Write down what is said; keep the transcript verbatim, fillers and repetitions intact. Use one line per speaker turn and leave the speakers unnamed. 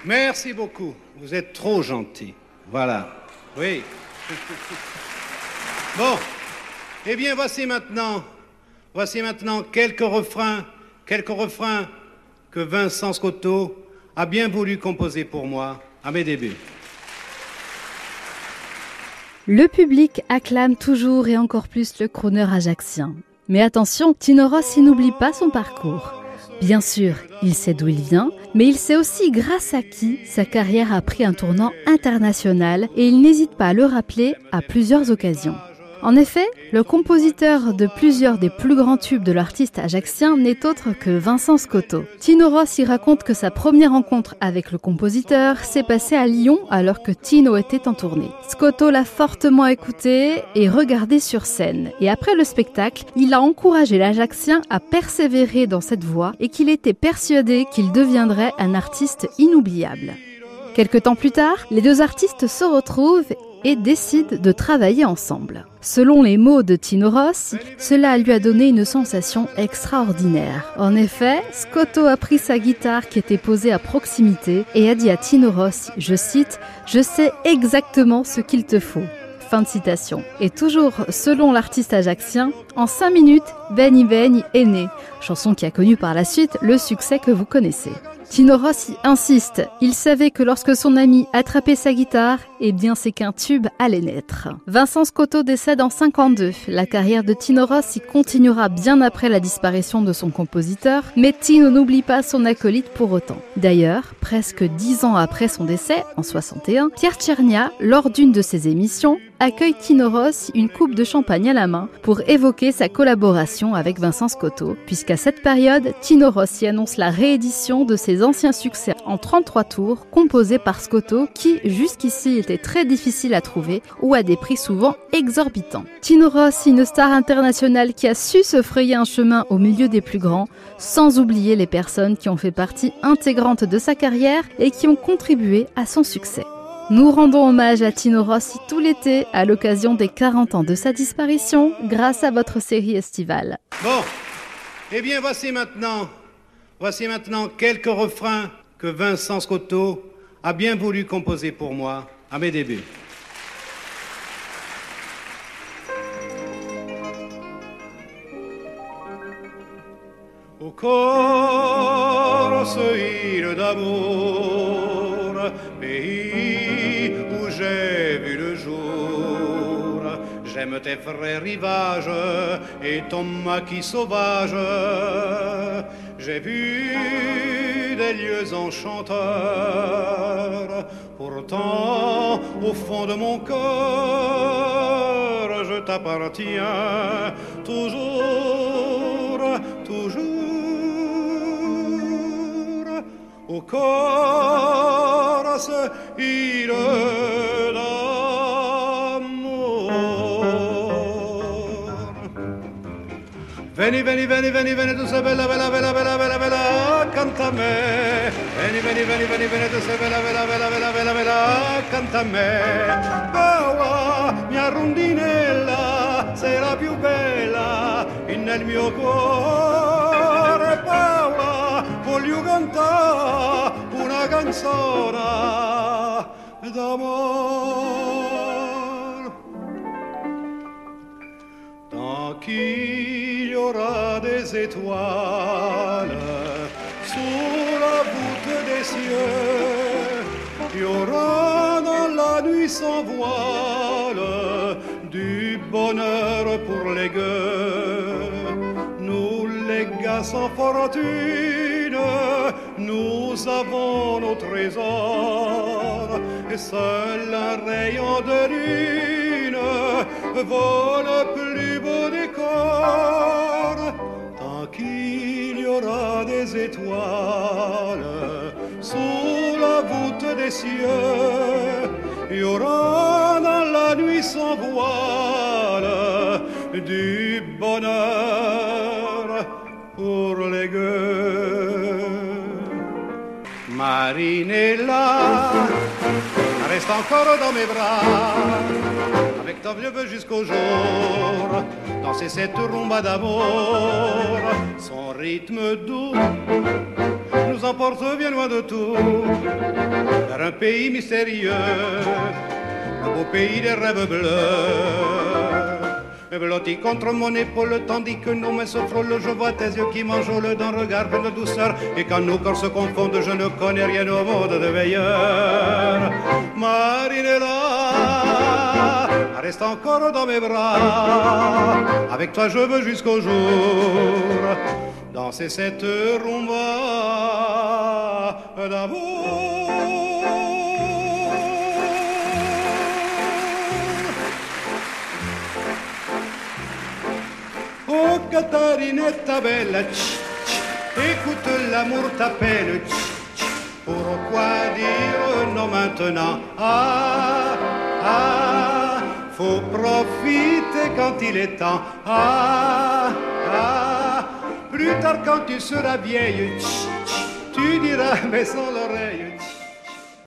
Merci beaucoup. Vous êtes trop gentil. Voilà. Oui. Bon. Eh bien, voici maintenant, voici maintenant quelques refrains, quelques refrains que Vincent Scotto a bien voulu composer pour moi à mes débuts.
Le public acclame toujours et encore plus le crooner ajaccien. Mais attention, Tino Rossi n'oublie pas son parcours. Bien sûr, il sait d'où il vient, mais il sait aussi grâce à qui sa carrière a pris un tournant international et il n'hésite pas à le rappeler à plusieurs occasions. En effet, le compositeur de plusieurs des plus grands tubes de l'artiste ajaccien n'est autre que Vincent Scotto. Tino Rossi raconte que sa première rencontre avec le compositeur s'est passée à Lyon alors que Tino était en tournée. Scotto l'a fortement écouté et regardé sur scène. Et après le spectacle, il a encouragé l'ajaccien à persévérer dans cette voie et qu'il était persuadé qu'il deviendrait un artiste inoubliable. Quelque temps plus tard, les deux artistes se retrouvent et décident de travailler ensemble. Selon les mots de Tino Rossi, cela lui a donné une sensation extraordinaire. En effet, Scotto a pris sa guitare qui était posée à proximité et a dit à Tino Rossi, je cite, « Je sais exactement ce qu'il te faut ». Fin de citation. Et toujours selon l'artiste ajaccien, en cinq minutes, Benny Benny est né, chanson qui a connu par la suite le succès que vous connaissez. Tino Rossi insiste, il savait que lorsque son ami attrapait sa guitare, eh bien c'est qu'un tube allait naître. Vincent Scotto décède en cinquante-deux. La carrière de Tino Rossi continuera bien après la disparition de son compositeur, mais Tino n'oublie pas son acolyte pour autant. D'ailleurs, presque dix ans après son décès, en soixante et un, Pierre Tchernia, lors d'une de ses émissions, accueille Tino Rossi une coupe de champagne à la main pour évoquer sa collaboration avec Vincent Scotto, puisqu'à cette période, Tino Rossi annonce la réédition de ses anciens succès en trente-trois tours, composés par Scotto, qui jusqu'ici était très difficile à trouver ou à des prix souvent exorbitants. Tino Rossi, une star internationale qui a su se frayer un chemin au milieu des plus grands, sans oublier les personnes qui ont fait partie intégrante de sa carrière et qui ont contribué à son succès. Nous rendons hommage à Tino Rossi tout l'été à l'occasion des quarante ans de sa disparition grâce à votre série estivale.
Bon, eh bien voici maintenant, voici maintenant quelques refrains que Vincent Scotto a bien voulu composer pour moi à mes débuts. Au corps ce île d'amour, pays où j'ai vu le jour. J'aime tes frais rivages et ton maquis sauvage. J'ai vu des lieux enchanteurs. Pourtant, au fond de mon cœur, je t'appartiens toujours, toujours. Au corps ce île d'amour. Veni, veni, veni, veni, veni, tu sei bella, bella, bella, bella, bella, bella, canta a me. Veni, veni, veni, veni, veni, tu sei bella, bella, bella, bella, bella, bella, canta a me. Bella, mia rondinella, sei la più bella nel mio cuore. Paola, voglio cantare una canzone d'amore. Tant qu'il y aura des étoiles sous la voûte des cieux, il y aura dans la nuit sans voile du bonheur pour les gueux. Nous les gars sans fortune, nous avons nos trésors, et seul un rayon de lune vaut le plus beau décor. Tant qu'il y aura des étoiles sous la voûte des cieux, il y aura dans la nuit sans voile du bonheur pour les gueux. Marinella, reste encore dans mes bras, avec ton vieux vœu jusqu'au jour, danser cette rumba d'amour. Son rythme doux nous emporte bien loin de tout. un pays mystérieux, un beau pays des rêves bleus. Blotti contre mon épaule, tandis que nos mains se frôlent, je vois tes yeux qui m'enjôlent d'un regard plein de douceur. Et quand nos corps se confondent, je ne connais rien au monde de meilleur. Marinella, reste encore dans mes bras. Avec toi je veux jusqu'au jour danser cette rumba d'amour. Oh Catarinetta bella, tch, tch, écoute l'amour t'appelle, tch, tch, pourquoi dire non maintenant? Ah, ah, faut profiter quand il est temps. Ah, ah, plus tard quand tu seras vieille, tch, tch, tu diras mais sans l'oreille, tch,